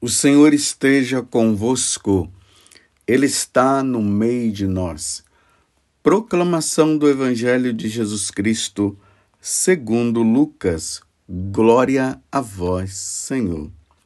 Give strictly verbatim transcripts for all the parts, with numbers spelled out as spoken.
O Senhor esteja convosco, Ele está no meio de nós. Proclamação do Evangelho de Jesus Cristo, segundo Lucas. Glória a vós, Senhor.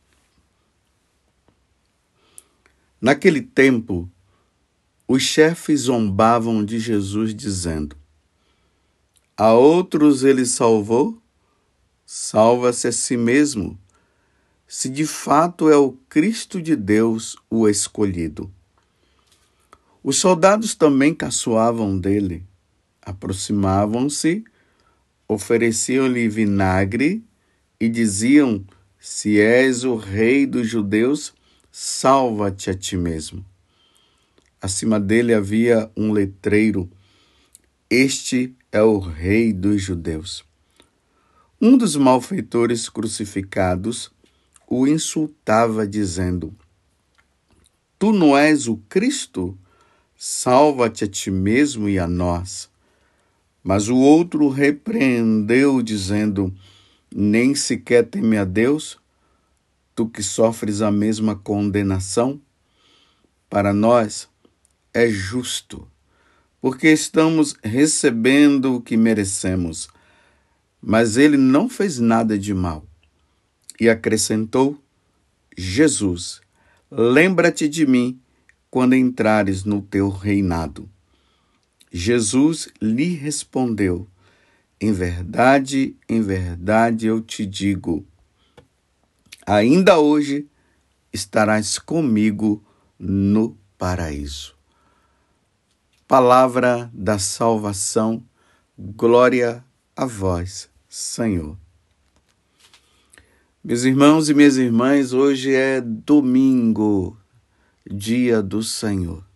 Naquele tempo, os chefes zombavam de Jesus, dizendo: a outros ele salvou, salva-se a si mesmo, se de fato é o Cristo de Deus o escolhido. Os soldados também caçoavam dele, aproximavam-se, ofereciam-lhe vinagre e diziam: se és o rei dos judeus, salva-te a ti mesmo. Acima dele havia um letreiro: este é o rei dos judeus. Um dos malfeitores crucificados o insultava, dizendo: tu não és o Cristo? Salva-te a ti mesmo e a nós. Mas o outro repreendeu, dizendo: nem sequer teme a Deus, tu que sofres a mesma condenação? Para nós é justo, porque estamos recebendo o que merecemos. Mas ele não fez nada de mal. E acrescentou: Jesus, lembra-te de mim quando entrares no teu reinado. Jesus lhe respondeu: em verdade, em verdade eu te digo, ainda hoje estarás comigo no paraíso. Palavra da salvação, glória a vós, Senhor. Meus irmãos e minhas irmãs, hoje é domingo, dia do Senhor.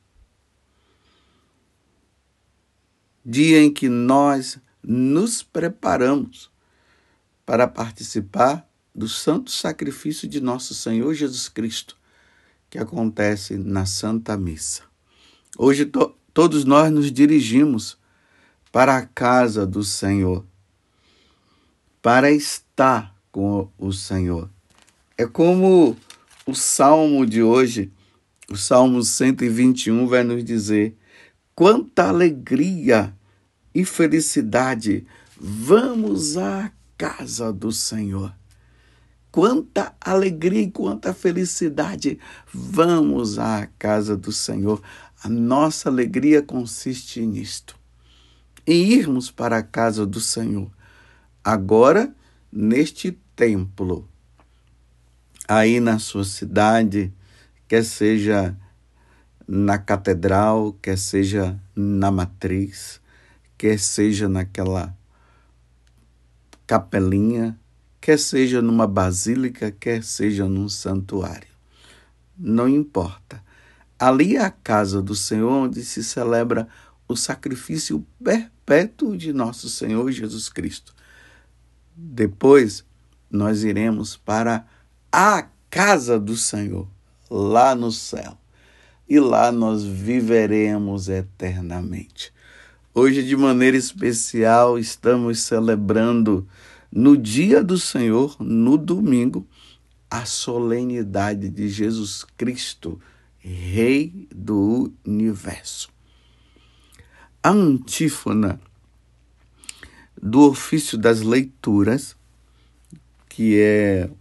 Dia em que nós nos preparamos para participar do santo sacrifício de nosso Senhor Jesus Cristo, que acontece na Santa Missa. Hoje to- todos nós nos dirigimos para a casa do Senhor, para estar com o Senhor. É como o Salmo de hoje, o Salmo cento e vinte e um vai nos dizer: quanta alegria e felicidade, vamos à casa do Senhor. Quanta alegria e quanta felicidade, vamos à casa do Senhor. A nossa alegria consiste nisto, em irmos para a casa do Senhor. Agora, neste templo, aí na sua cidade, quer seja na catedral, quer seja na matriz, quer seja naquela capelinha, quer seja numa basílica, quer seja num santuário. Não importa. Ali é a casa do Senhor, onde se celebra o sacrifício perpétuo de nosso Senhor Jesus Cristo. Depois, nós iremos para a casa do Senhor, lá no céu. E lá nós viveremos eternamente. Hoje, de maneira especial, estamos celebrando, no dia do Senhor, no domingo, a solenidade de Jesus Cristo, Rei do Universo. A antífona do ofício das leituras, que é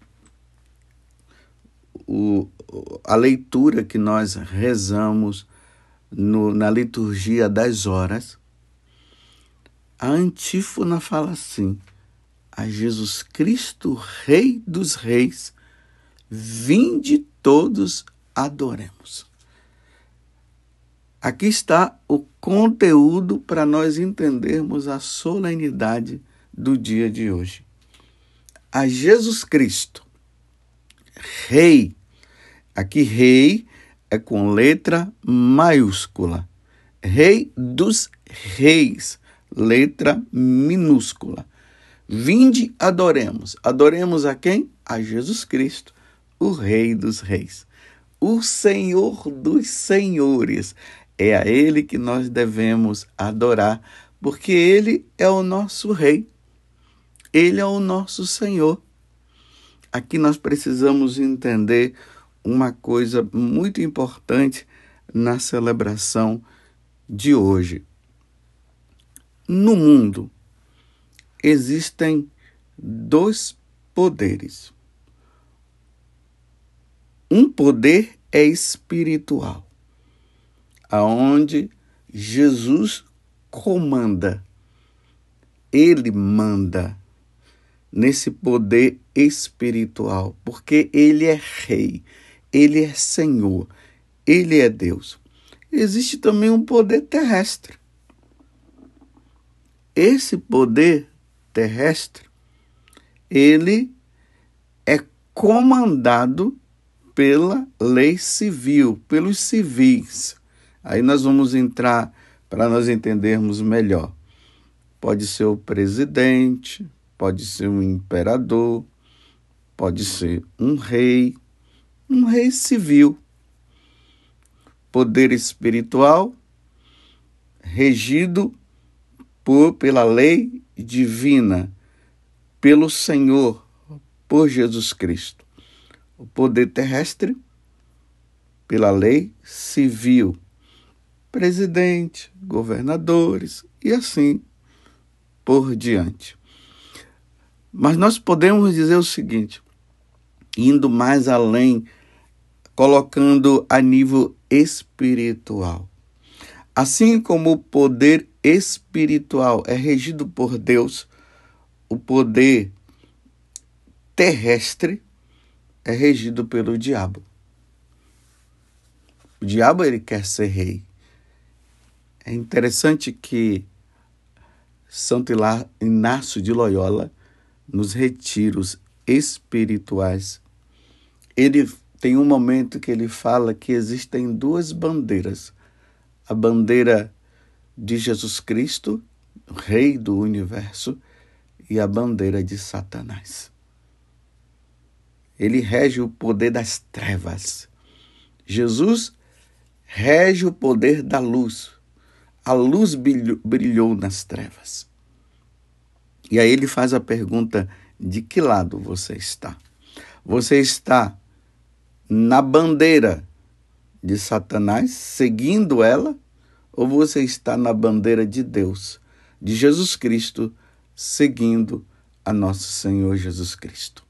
o, a leitura que nós rezamos no, na liturgia das horas, a antífona fala assim: a Jesus Cristo, Rei dos Reis, vinde todos adoremos. Aqui está o conteúdo para nós entendermos a solenidade do dia de hoje. A Jesus Cristo, Rei, aqui Rei é com letra maiúscula, Rei dos Reis, letra minúscula. Vinde, adoremos. Adoremos a quem? A Jesus Cristo, o Rei dos Reis, o Senhor dos Senhores. É a Ele que nós devemos adorar, porque Ele é o nosso Rei. Ele é o nosso Senhor. Aqui nós precisamos entender uma coisa muito importante na celebração de hoje. No mundo existem dois poderes. Um poder é espiritual, aonde Jesus comanda, ele manda nesse poder espiritual, porque ele é rei, ele é Senhor, ele é Deus. Existe também um poder terrestre. Esse poder terrestre, ele é comandado pela lei civil, pelos civis. Aí nós vamos entrar para nós entendermos melhor. Pode ser o presidente, pode ser um imperador, pode ser um rei, um rei civil. Poder espiritual regido por, pela lei divina, pelo Senhor, por Jesus Cristo. O poder terrestre, pela lei civil, presidente, governadores e assim por diante. Mas nós podemos dizer o seguinte, indo mais além, colocando a nível espiritual. Assim como o poder espiritual é regido por Deus, o poder terrestre é regido pelo diabo. O diabo, ele quer ser rei. É interessante que Santo Inácio de Loyola, nos retiros espirituais, ele tem um momento que ele fala que existem duas bandeiras. A bandeira de Jesus Cristo, Rei do Universo, e a bandeira de Satanás. Ele rege o poder das trevas. Jesus rege o poder da luz. A luz brilhou, brilhou nas trevas. E aí ele faz a pergunta, de que lado você está? Você está na bandeira de Satanás, seguindo ela, ou você está na bandeira de Deus, de Jesus Cristo, seguindo a nosso Senhor Jesus Cristo?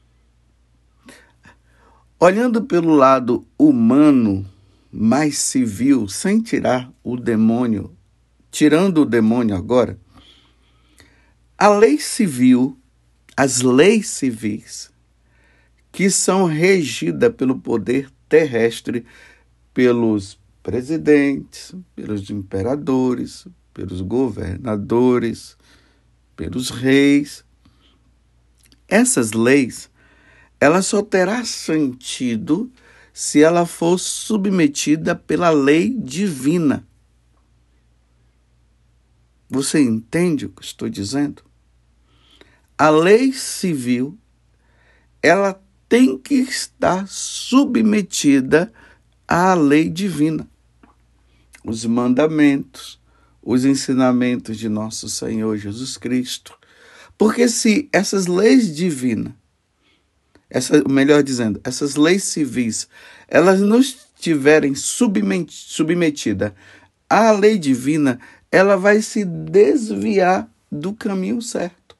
Olhando pelo lado humano, mais civil, sem tirar o demônio, tirando o demônio agora, a lei civil, as leis civis, que são regidas pelo poder terrestre, pelos presidentes, pelos imperadores, pelos governadores, pelos reis. Essas leis, ela só terá sentido se ela for submetida pela lei divina. Você entende o que estou dizendo? A lei civil, ela tem que estar submetida à lei divina. Os mandamentos, os ensinamentos de nosso Senhor Jesus Cristo. Porque se essas leis divinas, essa, melhor dizendo, essas leis civis, elas não estiverem submetidas à lei divina, ela vai se desviar do caminho certo.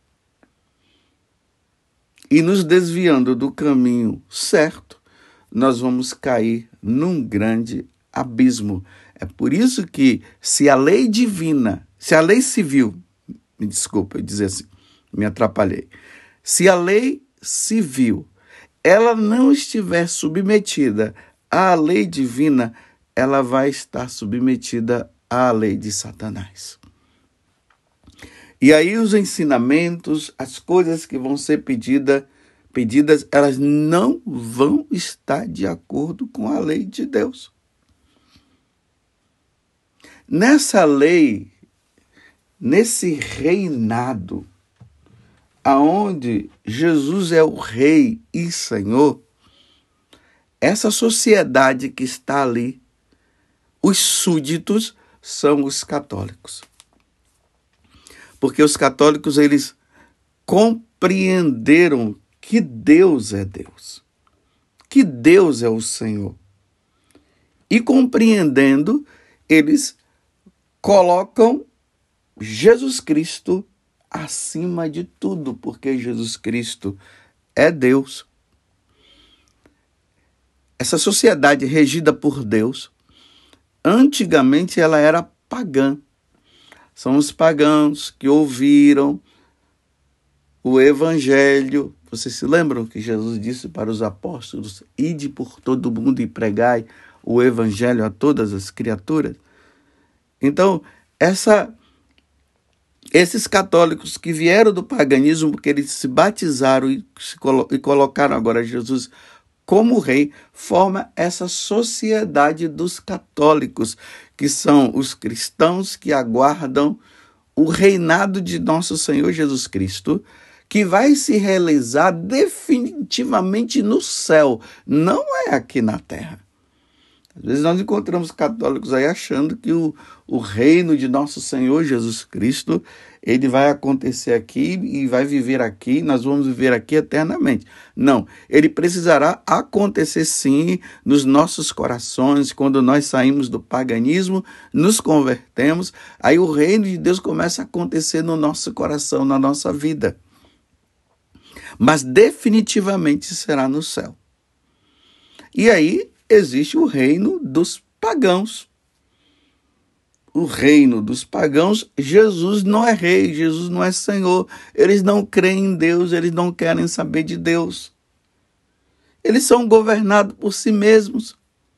E nos desviando do caminho certo, nós vamos cair num grande abismo. É por isso que, se a lei divina, se a lei civil, me desculpa eu dizer assim, me atrapalhei. Se a lei civil, ela não estiver submetida à lei divina, ela vai estar submetida à lei de Satanás. E aí os ensinamentos, as coisas que vão ser pedida, pedidas, elas não vão estar de acordo com a lei de Deus. Nessa lei, nesse reinado, aonde Jesus é o Rei e Senhor, essa sociedade que está ali, os súditos são os católicos. Porque os católicos, eles compreenderam que Deus é Deus, que Deus é o Senhor. E compreendendo, eles colocam Jesus Cristo acima de tudo, porque Jesus Cristo é Deus. Essa sociedade regida por Deus, antigamente ela era pagã. São os pagãos que ouviram o Evangelho. Vocês se lembram que Jesus disse para os apóstolos: ide por todo mundo e pregai o Evangelho a todas as criaturas? Então, essa, esses católicos que vieram do paganismo, porque eles se batizaram e, se colo- e colocaram agora Jesus como rei, forma essa sociedade dos católicos, que são os cristãos que aguardam o reinado de nosso Senhor Jesus Cristo, que vai se realizar definitivamente no céu, não é aqui na terra. Às vezes nós encontramos católicos aí achando que o, o reino de nosso Senhor Jesus Cristo, ele vai acontecer aqui e vai viver aqui, nós vamos viver aqui eternamente. Não, ele precisará acontecer sim nos nossos corações, quando nós saímos do paganismo, nos convertemos, aí o reino de Deus começa a acontecer no nosso coração, na nossa vida. Mas definitivamente será no céu. E aí existe o reino dos pagãos. O reino dos pagãos, Jesus não é rei, Jesus não é Senhor. Eles não creem em Deus, eles não querem saber de Deus. Eles são governados por si mesmos.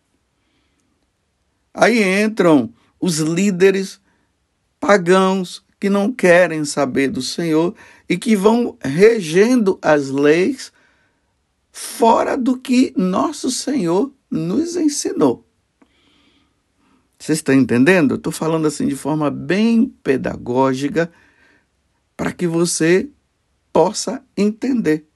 Aí entram os líderes pagãos que não querem saber do Senhor e que vão regendo as leis fora do que nosso Senhor nos ensinou. Vocês estão entendendo? Estou falando assim de forma bem pedagógica para que você possa entender.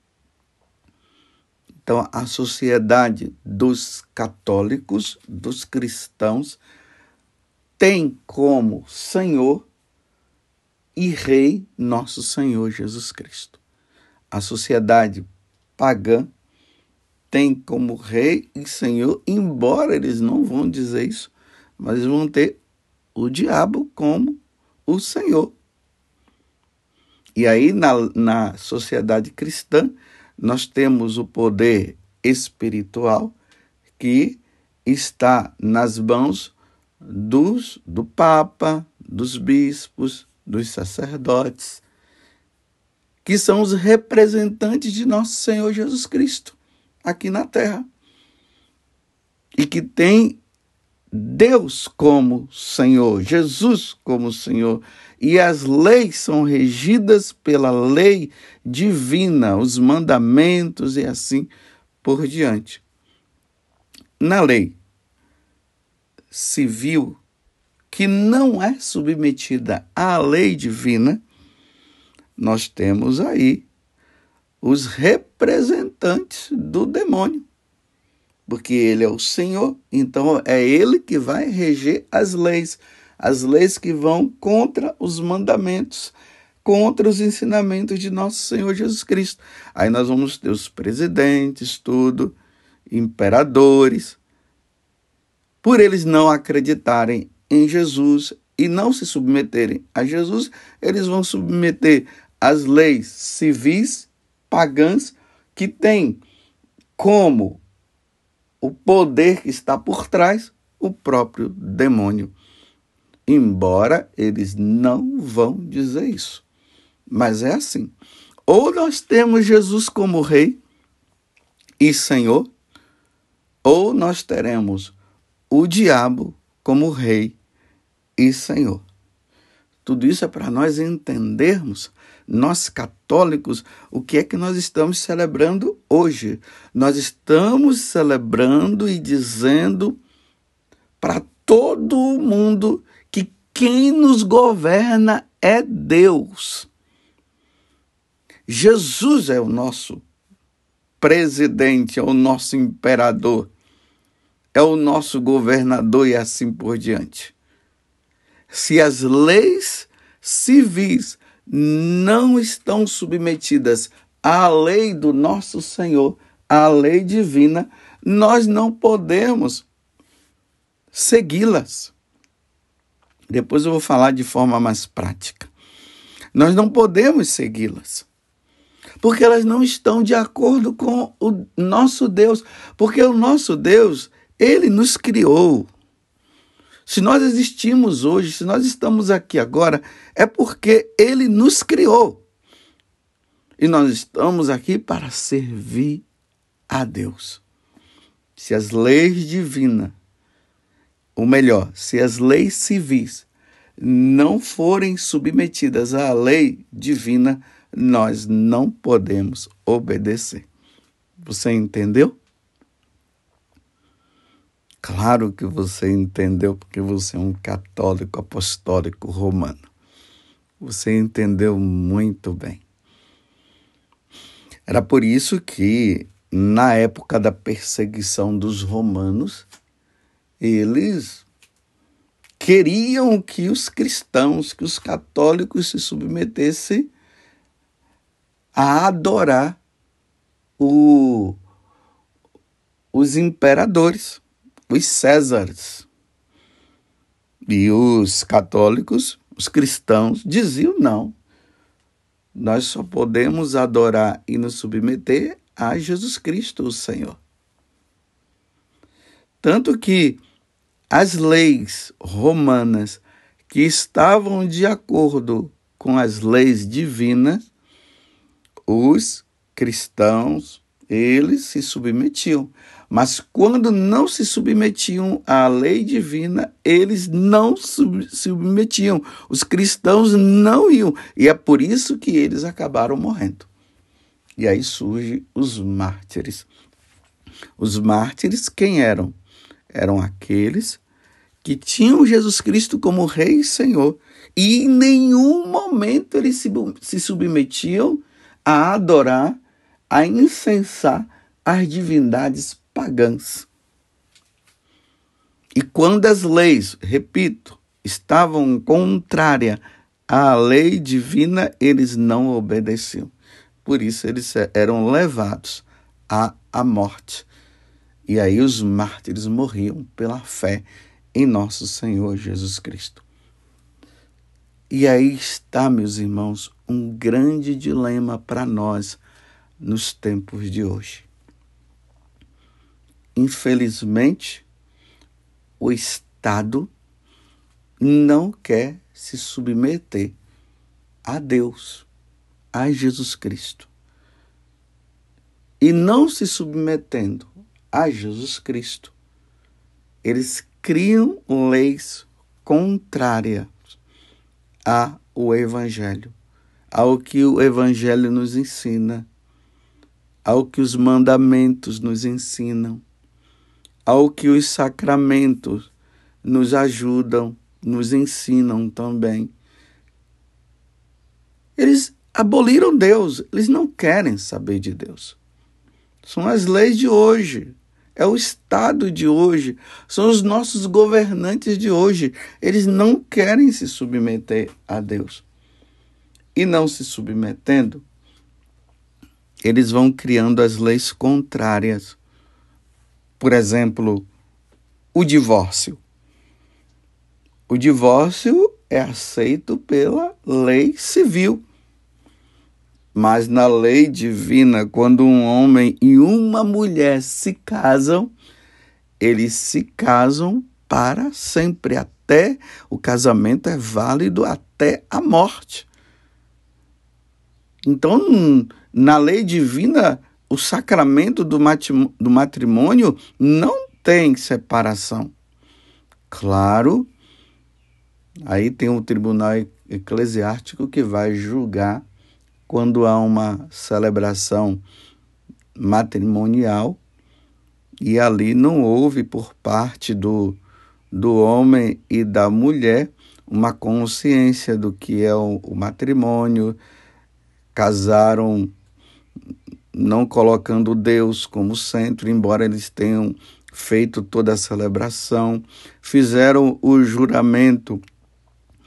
Então, a sociedade dos católicos, dos cristãos, tem como Senhor e Rei nosso Senhor Jesus Cristo. A sociedade pagã tem como Rei e Senhor, embora eles não vão dizer isso, mas eles vão ter o diabo como o Senhor. E aí, na, na sociedade cristã, nós temos o poder espiritual que está nas mãos dos, do Papa, dos bispos, dos sacerdotes, que são os representantes de nosso Senhor Jesus Cristo aqui na terra. E que tem Deus como Senhor, Jesus como Senhor, e as leis são regidas pela lei divina, os mandamentos e assim por diante. Na lei civil, que não é submetida à lei divina, nós temos aí os representantes do demônio. Porque ele é o Senhor, então é ele que vai reger as leis, as leis que vão contra os mandamentos, contra os ensinamentos de nosso Senhor Jesus Cristo. Aí nós vamos ter os presidentes, tudo, imperadores. Por eles não acreditarem em Jesus e não se submeterem a Jesus, eles vão submeter as leis civis pagãs que têm como o poder que está por trás, o próprio demônio. Embora eles não vão dizer isso. Mas é assim. Ou nós temos Jesus como Rei e Senhor, ou nós teremos o diabo como Rei e Senhor. Tudo isso é para nós entendermos, nós católicos, o que é que nós estamos celebrando hoje. Nós estamos celebrando e dizendo para todo mundo que quem nos governa é Deus. Jesus é o nosso presidente, é o nosso imperador, é o nosso governador e assim por diante. Se as leis civis não estão submetidas à lei do nosso Senhor, a lei divina, nós não podemos segui-las. Depois eu vou falar de forma mais prática. Nós não podemos segui-las, porque elas não estão de acordo com o nosso Deus, porque o nosso Deus, Ele nos criou. Se nós existimos hoje, se nós estamos aqui agora, é porque Ele nos criou. E nós estamos aqui para servir a Deus. Se as leis divinas, ou melhor, se as leis civis não forem submetidas à lei divina, nós não podemos obedecer. Você entendeu? Claro que você entendeu, porque você é um católico apostólico romano. Você entendeu muito bem. Era por isso que, na época da perseguição dos romanos, eles queriam que os cristãos, que os católicos se submetessem a adorar o, os imperadores, os Césares. E os católicos, os cristãos, diziam não. Nós só podemos adorar e nos submeter a Jesus Cristo, o Senhor. Tanto que as leis romanas que estavam de acordo com as leis divinas, os cristãos, eles se submetiam. Mas quando não se submetiam à lei divina, eles não sub- submetiam. Os cristãos não iam. E é por isso que eles acabaram morrendo. E aí surgem os mártires. Os mártires, quem eram? Eram aqueles que tinham Jesus Cristo como Rei e Senhor. E em nenhum momento eles se, se submetiam a adorar, a incensar as divindades pagãs. E quando as leis, repito, estavam contrárias à lei divina, eles não obedeciam. Por isso eles eram levados à, à morte. E aí os mártires morriam pela fé em nosso Senhor Jesus Cristo. E aí está, meus irmãos, um grande dilema para nós nos tempos de hoje. Infelizmente, o Estado não quer se submeter a Deus, a Jesus Cristo. E não se submetendo a Jesus Cristo, eles criam leis contrárias ao Evangelho, ao que o Evangelho nos ensina, ao que os mandamentos nos ensinam, ao que os sacramentos nos ajudam, nos ensinam também. Eles aboliram Deus, eles não querem saber de Deus. São as leis de hoje, é o Estado de hoje, são os nossos governantes de hoje. Eles não querem se submeter a Deus. E não se submetendo, eles vão criando as leis contrárias. Por exemplo, o divórcio. O divórcio é aceito pela lei civil. Mas na lei divina, quando um homem e uma mulher se casam, eles se casam para sempre. Até o casamento é válido até a morte. Então, na lei divina, o sacramento do matrimônio não tem separação. Claro, aí tem o tribunal eclesiástico que vai julgar quando há uma celebração matrimonial e ali não houve por parte do, do homem e da mulher uma consciência do que é o, o matrimônio, casaram não colocando Deus como centro, embora eles tenham feito toda a celebração, fizeram o juramento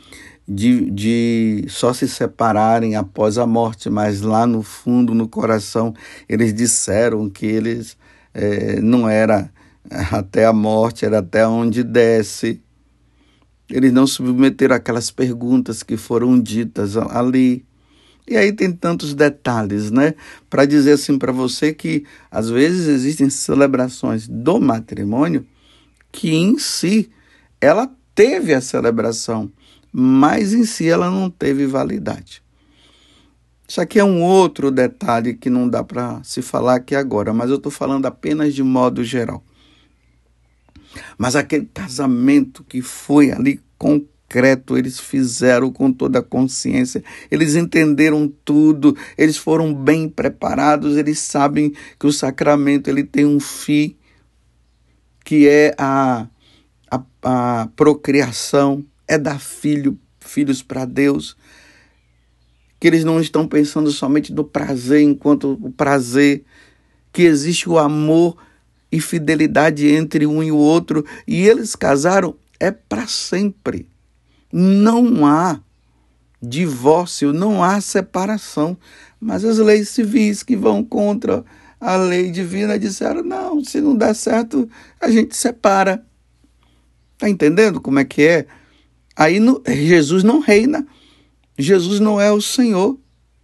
de, de só se separarem após a morte, mas lá no fundo, no coração, eles disseram que eles é, não era até a morte, era até onde desce. Eles não submeteram aquelas perguntas que foram ditas ali. E aí tem tantos detalhes, né? Para dizer assim para você que às vezes existem celebrações do matrimônio que em si ela teve a celebração, mas em si ela não teve validade. Isso aqui é um outro detalhe que não dá para se falar aqui agora, mas eu estou falando apenas de modo geral. Mas aquele casamento que foi ali concreto, eles fizeram com toda a consciência, eles entenderam tudo, eles foram bem preparados, eles sabem que o sacramento ele tem um fim, que é a, a, a procriação, é dar filho, filhos para Deus, que eles não estão pensando somente no prazer enquanto o prazer, que existe o amor e fidelidade entre um e o outro, e eles casaram é para sempre. Não há divórcio, não há separação. Mas as leis civis que vão contra a lei divina disseram, não, se não der certo, a gente separa. Está entendendo como é que é? Aí no, Jesus não reina. Jesus não é o Senhor.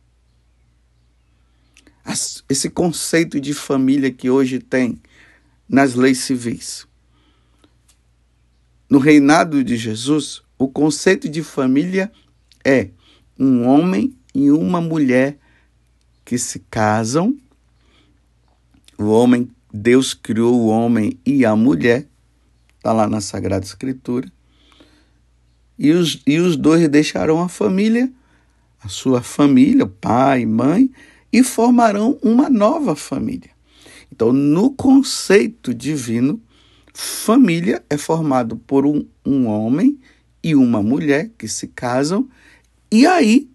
As, esse conceito de família que hoje tem nas leis civis. No reinado de Jesus, o conceito de família é um homem e uma mulher que se casam. O homem, Deus criou o homem e a mulher, está lá na Sagrada Escritura. E os, e os dois deixarão a família, a sua família, pai, mãe, e formarão uma nova família. Então, no conceito divino, família é formado por um, um homem e uma mulher que se casam, e aí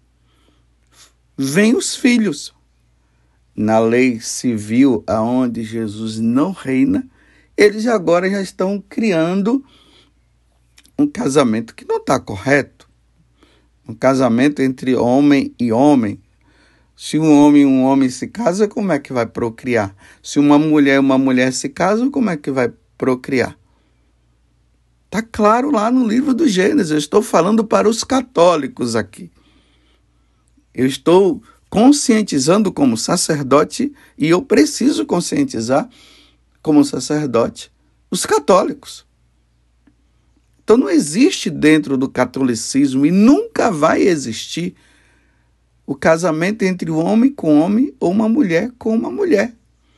vêm os filhos. Na lei civil, aonde Jesus não reina, eles agora já estão criando um casamento que não está correto. Um casamento entre homem e homem. Se um homem e um homem se casam, como é que vai procriar? Se uma mulher e uma mulher se casam, como é que vai procriar? Está claro lá no livro do Gênesis. Eu estou falando para os católicos aqui. Eu estou conscientizando como sacerdote e eu preciso conscientizar como sacerdote os católicos. Então não existe dentro do catolicismo e nunca vai existir o casamento entre um homem com homem ou uma mulher com uma mulher.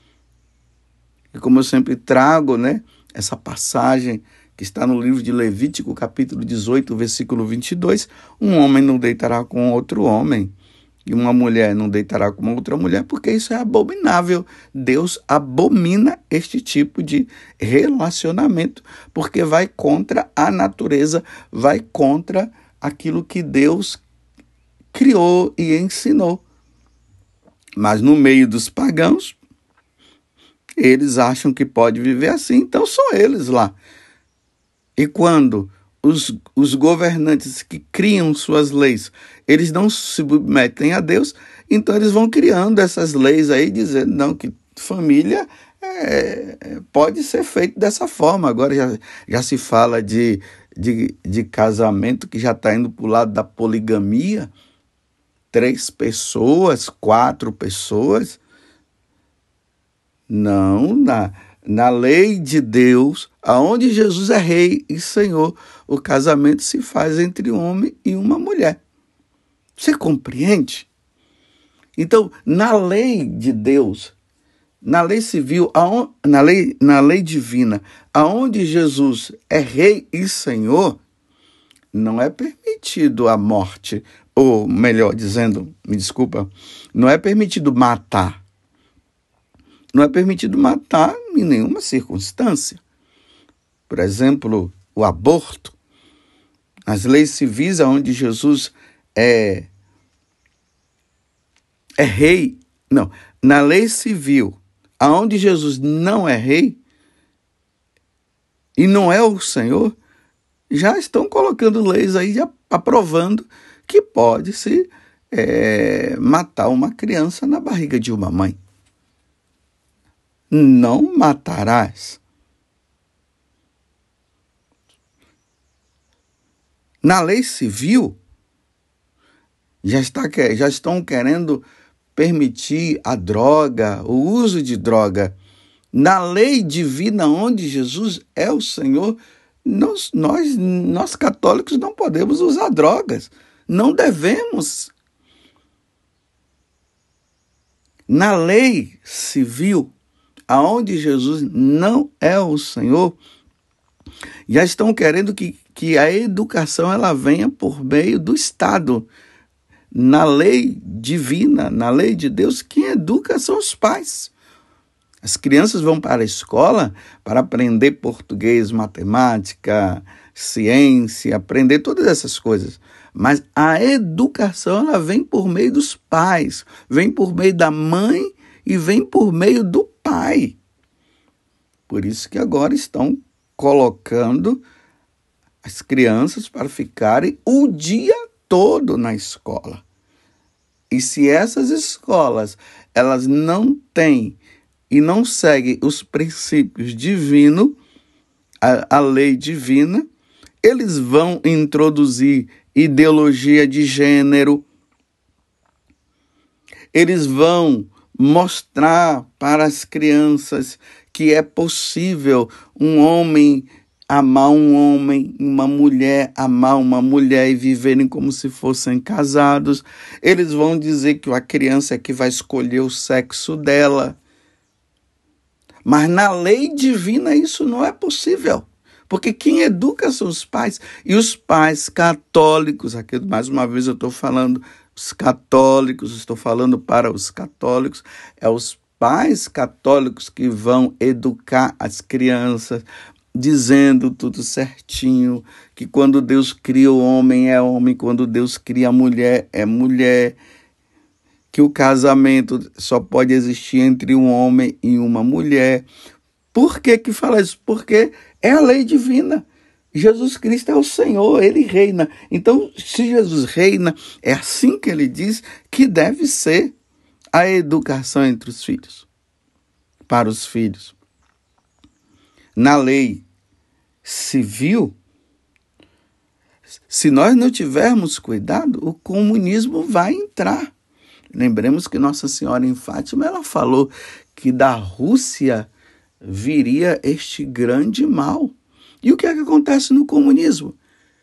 E como eu sempre trago, né, essa passagem que está no livro de Levítico, capítulo dezoito, versículo vinte e dois, um homem não deitará com outro homem e uma mulher não deitará com outra mulher, porque isso é abominável. Deus abomina este tipo de relacionamento, porque vai contra a natureza, vai contra aquilo que Deus criou e ensinou. Mas no meio dos pagãos, eles acham que pode viver assim, então são eles lá. E quando os, os governantes que criam suas leis, eles não se submetem a Deus, então eles vão criando essas leis aí, dizendo não, que família é, pode ser feita dessa forma. Agora já, já se fala de, de, de casamento que já está indo para o lado da poligamia, três pessoas, quatro pessoas. Não, na, na lei de Deus, aonde Jesus é rei e senhor, o casamento se faz entre um homem e uma mulher. Você compreende? Então, na lei de Deus, na lei civil, aonde, na, lei, na lei divina, aonde Jesus é rei e senhor, não é permitido a morte, ou melhor dizendo, me desculpa, não é permitido matar. Não é permitido matar em nenhuma circunstância. Por exemplo, o aborto. As leis civis, onde Jesus é, é rei. Não, na lei civil, onde Jesus não é rei e não é o Senhor, já estão colocando leis aí, já aprovando que pode-se é, matar uma criança na barriga de uma mãe. Não matarás. Na lei civil, já, está, já estão querendo permitir a droga, o uso de droga. Na lei divina, onde Jesus é o Senhor, nós, nós, nós católicos não podemos usar drogas. Não devemos. Na lei civil, aonde Jesus não é o Senhor, já estão querendo que, que a educação ela venha por meio do Estado. Na lei divina, na lei de Deus, quem educa são os pais. As crianças vão para a escola para aprender português, matemática, ciência, aprender todas essas coisas. Mas a educação ela vem por meio dos pais, vem por meio da mãe e vem por meio do pai. Por isso que agora estão colocando as crianças para ficarem o dia todo na escola. E se essas escolas elas não têm e não seguem os princípios divinos, a, a lei divina, eles vão introduzir ideologia de gênero, eles vão mostrar para as crianças que é possível um homem amar um homem, uma mulher amar uma mulher e viverem como se fossem casados. Eles vão dizer que a criança é que vai escolher o sexo dela. Mas na lei divina isso não é possível. Porque quem educa são os pais. E os pais católicos, aqui mais uma vez eu estou falando os católicos, estou falando para os católicos, é os pais católicos que vão educar as crianças, dizendo tudo certinho, que quando Deus cria o homem é homem, quando Deus cria a mulher é mulher, que o casamento só pode existir entre um homem e uma mulher. Por que que fala isso? Porque é a lei divina. Jesus Cristo é o Senhor, Ele reina. Então, se Jesus reina, é assim que Ele diz que deve ser a educação entre os filhos, para os filhos. Na lei civil, se nós não tivermos cuidado, o comunismo vai entrar. Lembremos que Nossa Senhora em Fátima, ela falou que da Rússia viria este grande mal. E o que é que acontece no comunismo?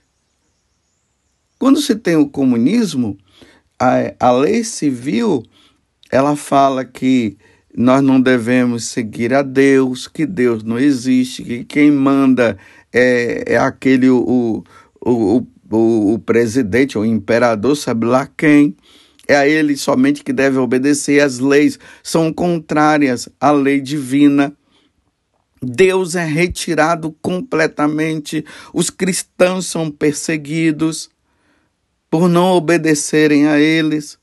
Quando se tem o comunismo, a, a lei civil, ela fala que nós não devemos seguir a Deus, que Deus não existe, que quem manda é, é aquele, o, o, o, o presidente, o imperador, sabe lá quem. É a ele somente que deve obedecer. As leis são contrárias à lei divina. Deus é retirado completamente. Os cristãos são perseguidos por não obedecerem a eles.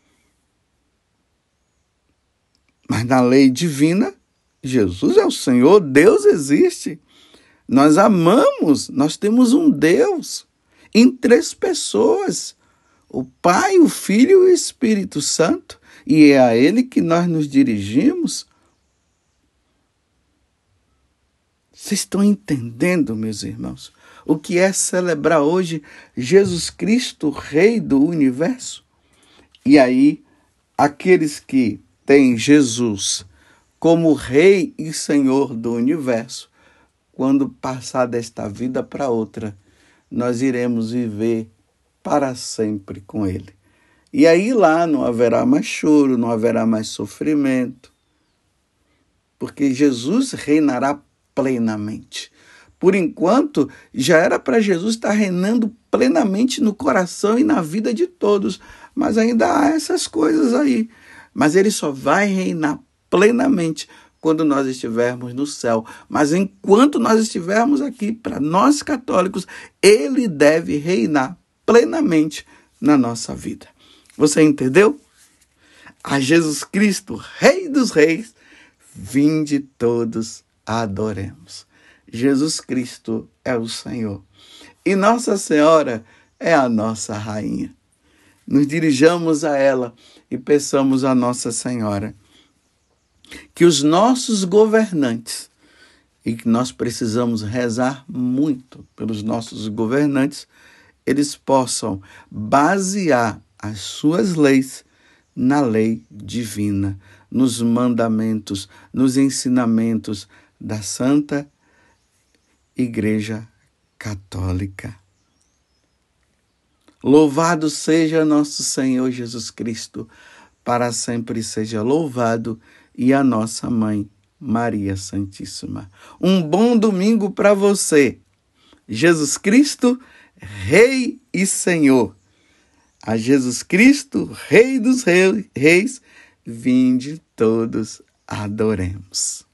Mas na lei divina, Jesus é o Senhor, Deus existe. Nós amamos, nós temos um Deus em três pessoas. O Pai, o Filho e o Espírito Santo. E é a Ele que nós nos dirigimos. Vocês estão entendendo, meus irmãos, o que é celebrar hoje Jesus Cristo, Rei do Universo? E aí, aqueles que têm Jesus como Rei e Senhor do Universo, quando passar desta vida para outra, nós iremos viver para sempre com Ele. E aí lá não haverá mais choro, não haverá mais sofrimento, porque Jesus reinará plenamente. Por enquanto, já era para Jesus estar reinando plenamente no coração e na vida de todos, mas ainda há essas coisas aí. Mas Ele só vai reinar plenamente quando nós estivermos no céu. Mas enquanto nós estivermos aqui, para nós católicos, Ele deve reinar plenamente na nossa vida. Você entendeu? A Jesus Cristo, Rei dos Reis, vinde todos adoremos. Jesus Cristo é o Senhor. E Nossa Senhora é a nossa rainha. Nos dirijamos a ela e peçamos a Nossa Senhora que os nossos governantes, e que nós precisamos rezar muito pelos nossos governantes, eles possam basear as suas leis na lei divina, nos mandamentos, nos ensinamentos da Santa Igreja Católica. Louvado seja nosso Senhor Jesus Cristo, para sempre seja louvado, e a nossa Mãe, Maria Santíssima. Um bom domingo para você. Jesus Cristo, Rei e Senhor. A Jesus Cristo, Rei dos Reis, vinde todos adoremos.